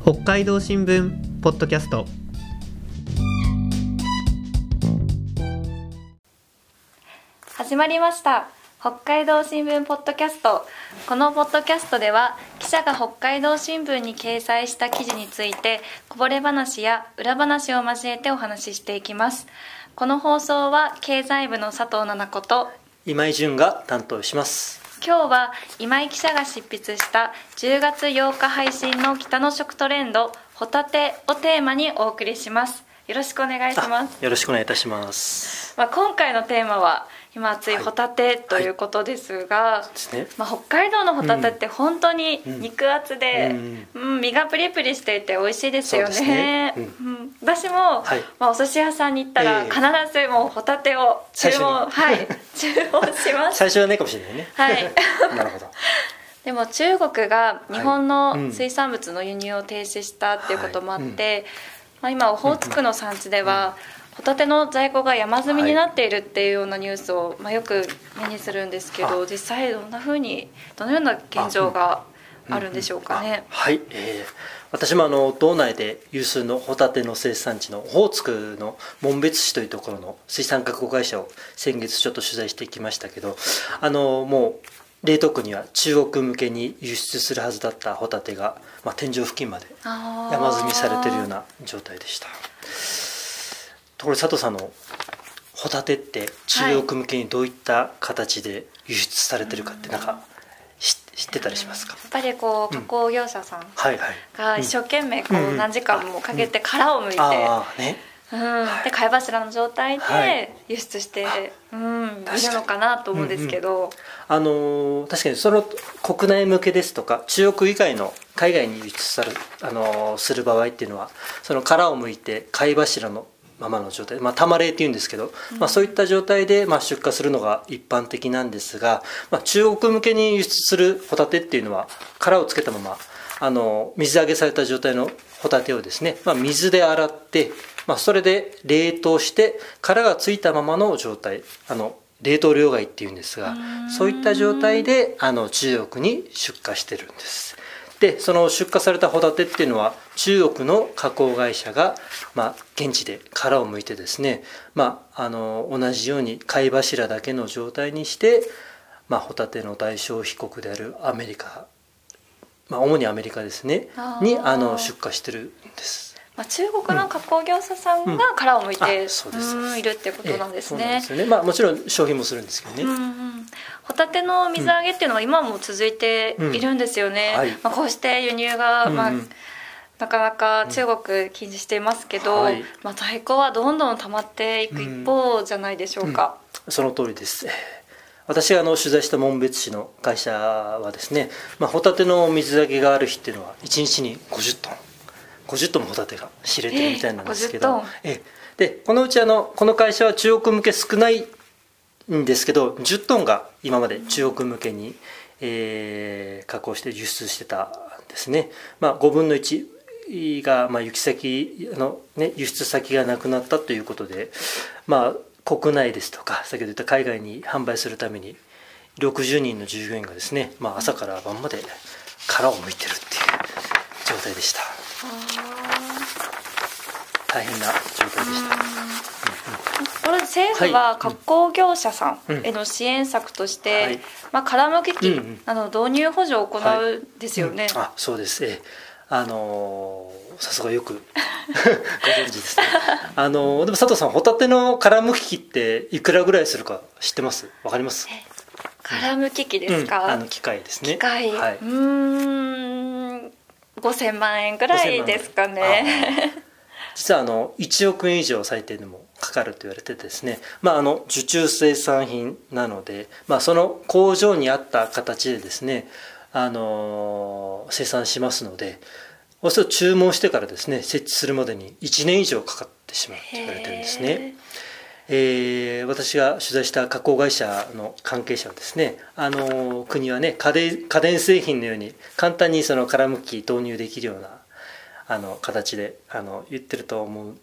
北海道新聞ポッドキャスト。 始まりました。北海道新聞ポッドキャスト。このポッドキャストでは記者が北海道新聞に掲載した記事についてこぼれ話や裏話を交えてお話ししていきます。この放送は経済部の佐藤奈々子と今井純が担当します。 今日は今井記者が執筆した10月8日配信の北の食トレンドホタテをテーマにお送りします。よろしくお願いします。 よろしくお願いいたします。 今回のテーマは今熱いホタテということですが、北海道のホタテって本当に肉厚で、身がプリプリしていて美味しいですよね。私も、お寿司屋さんに行ったら必ずもうホタテを注文します。 最初はねかもしれないね。なるほど。 でも中国が日本の水産物の輸入を停止したっていうこともあって、今オホーツクの産地ではホタテの在庫が山積みになっているっていうようなニュースをよく目にするんですけど、実際どのような現状があるんでしょうかね。 私も道内で有数のホタテの生産地のオホーツクの紋別市というところの水産加工会社を先月ちょっと取材してきましたけど、もう冷凍庫には中国向けに輸出するはずだったホタテが、天井付近まで山積みされているような状態でした。ところで佐藤さんのホタテって中国向けにどういった形で輸出されてるかってなんか知ってたりしますか？ やっぱり加工業者さんが一生懸命何時間もかけて殻を剥いて、で貝柱の状態で輸出しているのかなと思うんですけど、 確かにその国内向けですとか中国以外の海外に輸出する場合っていうのはその殻を剥いて貝柱のままの状態、玉冷っていうんですけど、そういった状態で出荷するのが一般的なんですが、中国向けに輸出するホタテっていうのは殻をつけたまま水揚げされた状態のホタテをですね、水で洗って、それで冷凍して殻がついたままの状態、冷凍両替っていうんですが、そういった状態で中国に出荷してるんです。でその出荷されたホタテっていうのは中国の加工会社が、現地で殻を剥いてですね、同じように貝柱だけの状態にして、ホタテの大消費国であるアメリカ、主にアメリカですねに出荷してるんです。 中国の加工業者さんが殻を剥いているっていうことなんですね。 もちろん消費もするんですけどね。 ホタテの水揚げっていうのは今も続いているんですよね。こうして輸入が、なかなか中国禁止していますけど、在庫はどんどん溜まっていく一方じゃないでしょうか。 その通りです。私が取材した紋別市の会社はですね、ホタテの水揚げがある日っていうのは1日に50トンもホタテが仕入れてるみたいなんですけど、でこのうちこの会社は中国向け少ないんですけど10トンが今まで中国向けに、加工して輸出してたんですね。5分の1が、輸出先がなくなったということで、国内ですとか先ほど言った海外に販売するために60人の従業員がですね、朝から晩まで殻を剥いてるっていう状態でした。大変な状態でした。 これ政府は加工業者さんへの支援策として、殻むき機などの導入補助を行うんですよね。 そうです。さすがよくご存知ですね。でも佐藤さん、ホタテの殻むき機っていくらぐらいするか知ってます？わかります？ 殻むき機ですか？ 機械ですね。 機械、5000万円ぐらいですかね。 実は1億円以上最低でもかかると言われてですね、受注生産品なので、その工場に合った形でですね、生産しますので、おそらく注文してからですね設置するまでに1年以上かかってしまうと言われてるんですね。私が取材した加工会社の関係者はですね、国はね家電製品のように簡単にその殻むき導入できるような形で言ってると思う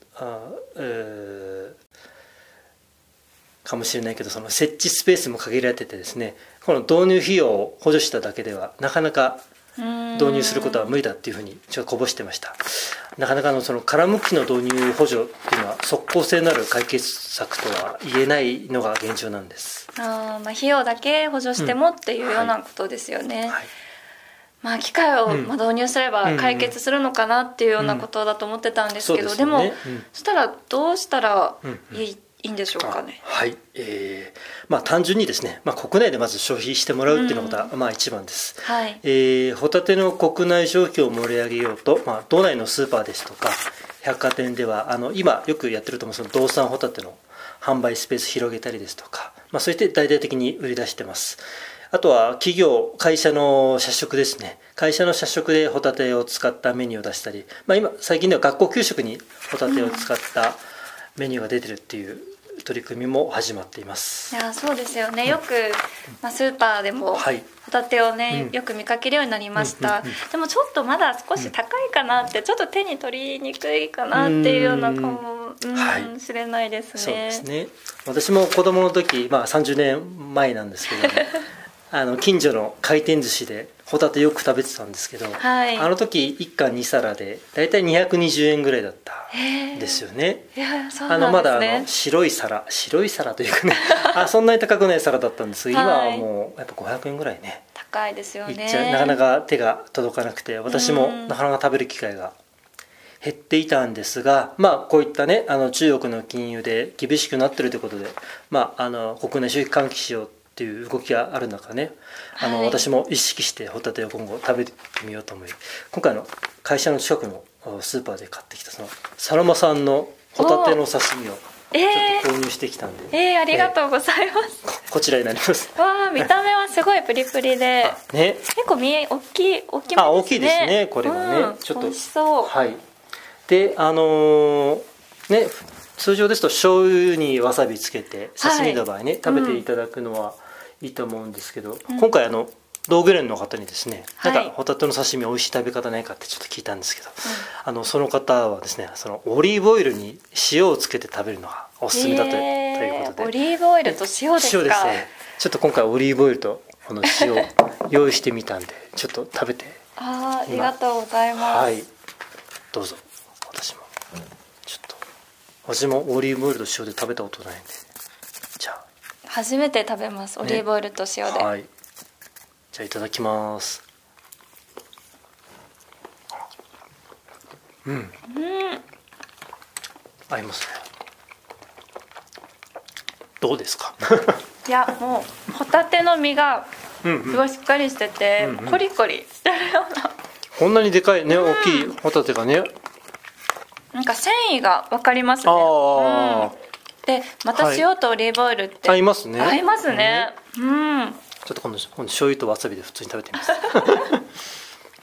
かもしれないけど、その設置スペースも限られててですね、この導入費用を補助しただけではなかなか導入することは無理だっていうふうにちょっとこぼしてました。なかなかその殻むきの導入補助っていうのは即効性のある解決策とは言えないのが現状なんです。 費用だけ補助してもっていうようなことですよね。機械を導入すれば解決するのかなっていうようなことだと思ってたんですけど、でもそしたらどうしたらいいんでしょうかね。 単純にですね、国内でまず消費してもらうっていうのが一番です。ホタテの国内消費を盛り上げようと、道内のスーパーですとか百貨店では今よくやってると思うその道産ホタテの販売スペース広げたりですとか、そういって大々的に売り出してます。あとは企業会社の社食ですね。会社の社食でホタテを使ったメニューを出したり、今最近では学校給食にホタテを使ったメニューが出てるっていう取り組みも始まっています。 いやそうですよね。よく、スーパーでもホタテをね、よく見かけるようになりました。でもちょっとまだ少し高いかなって、ちょっと手に取りにくいかなっていうようなかもしれないですね。 そうですね。私も子供の時、30年前なんですけど、近所の回転寿司でホタテよく食べてたんですけど、あの時1貫2皿でだいたい220円ぐらいだったんですよね。まだ白い皿というかねそんなに高くない皿だったんですが、今はもうやっぱ500円ぐらいね、 高いですよね。 なかなか手が届かなくて、私もなかなか食べる機会が減っていたんですが、こういったね中国の禁輸で厳しくなってるということで、国内消費喚起しようっていう動きがある中ね、私も意識してホタテを今後食べてみようと思い、今回会社の近くのスーパーで買ってきたそのサロマさんのホタテの刺身をちょっと購入してきたんで、 ありがとうございます。 こちらになります。 見た目はすごいプリプリで、結構大きいですね。 大きいですね。これはね、ちょっと美味しそう。 で通常ですと醤油にわさびつけて刺身の場合ね、食べていただくのはいいと思うんですけど、今回道具連の方にですね、なんかホタテの刺身美味しい食べ方ないかってちょっと聞いたんですけど、その方はですね、そのオリーブオイルに塩をつけて食べるのがおすすめだということで、 オリーブオイルと塩ですか。 塩ですね。ちょっと今回オリーブオイルとこの塩を用意してみたんでちょっと食べて。 ありがとうございます。 どうぞ。私もオリーブオイルと塩で食べたことないんで、じゃあ初めて食べます、オリーブオイルと塩で。 じゃあいただきます。合いますね。どうですか。 いやもうホタテの身がすごいしっかりしてて、コリコリしてるような、 こんなにでかいね、大きいホタテがね、 なんか繊維が分かりますね。でまた塩とオリーブオイルって合いますね。 合いますね。 ちょっと今度醤油とわさびで普通に食べてみます。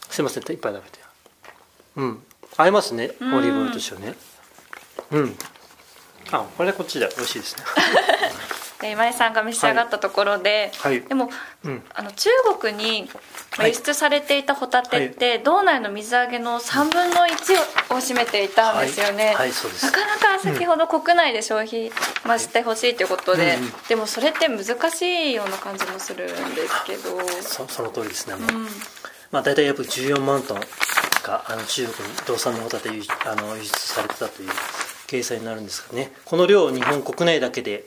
すいません、いっぱい食べて。合いますね、オリーブオイルと塩ね。これこっちで美味しいですね。 で今井さんが召し上がったところで、でも、中国に輸出されていたホタテって道内の水揚げの3分の1を占めていたんですよね。なかなか先ほど国内で消費してほしいということで、でもそれって難しいような感じもするんですけど。 その通りですね。大体約14万トンが中国に道産のホタテ輸出されてたという計算になるんですがね、この量日本国内だけで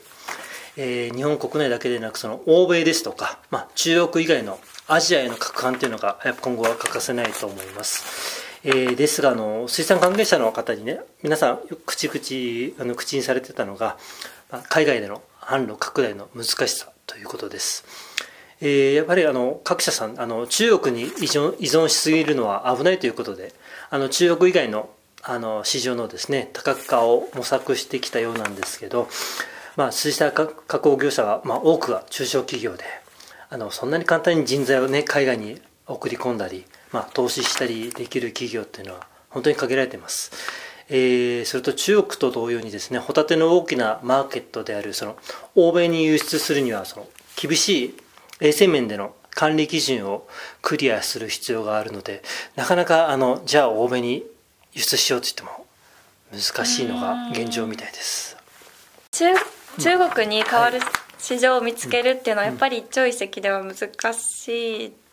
なく、その欧米ですとか、中国以外のアジアへの拡販というのが今後は欠かせないと思います。ですが水産関係者の方にね、皆さん口にされてたのが、海外での販路拡大の難しさということです。やっぱり各社さん中国に依存しすぎるのは危ないということで、中国以外の市場のですね多角化を模索してきたようなんですけど、水産加工業者は、多くが中小企業で、そんなに簡単に人材をね海外に送り込んだり、投資したりできる企業っていうのは本当に限られています。それと中国と同様にですね、ホタテの大きなマーケットであるその欧米に輸出するにはその厳しい衛生面での管理基準をクリアする必要があるので、なかなかじゃあ欧米に輸出しようと言っても難しいのが現状みたいです。 中国に代わる市場を見つけるっていうのはやっぱり一朝一夕では難しい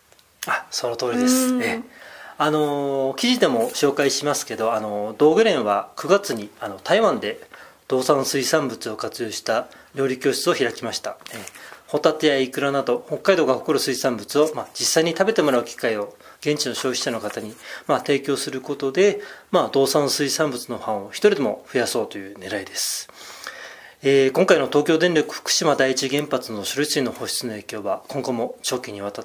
その通りです。記事でも紹介しますけど、道具連は9月に台湾で道産水産物を活用した料理教室を開きました。ホタテやイクラなど北海道が誇る水産物を、実際に食べてもらう機会を現地の消費者の方に、提供することで、道産水産物のファンを一人でも増やそうという狙いです。今回の東京電力福島第一原発の処理水の放出の影響は今後も長期にわたって、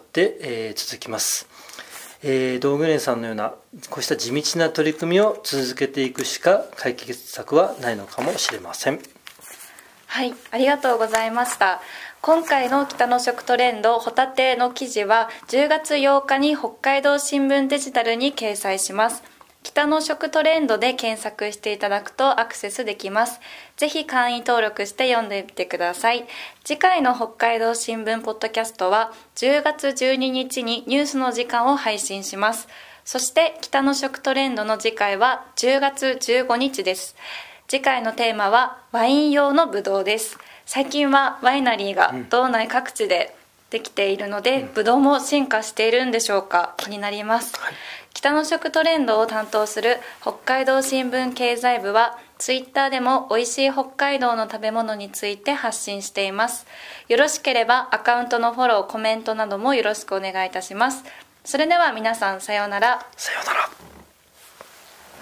続きます。道具連さんのようなこうした地道な取り組みを続けていくしか解決策はないのかもしれません。 はい、ありがとうございました。今回の北の食トレンドホタテの記事は10月8日に北海道新聞デジタルに掲載します。北の食トレンドで検索していただくとアクセスできます。ぜひ会員登録して読んでみてください。次回の北海道新聞ポッドキャストは10月12日にニュースの時間を配信します。そして北の食トレンドの次回は10月15日です。次回のテーマはワイン用のブドウです。最近はワイナリーが道内各地でできているので、ブドウも進化しているんでしょうか。気になります。北の食トレンドを担当する北海道新聞経済部はツイッターでも美味しい北海道の食べ物について発信しています。よろしければアカウントのフォロー、コメントなどもよろしくお願いいたします。それでは皆さん、さようなら。 さようなら。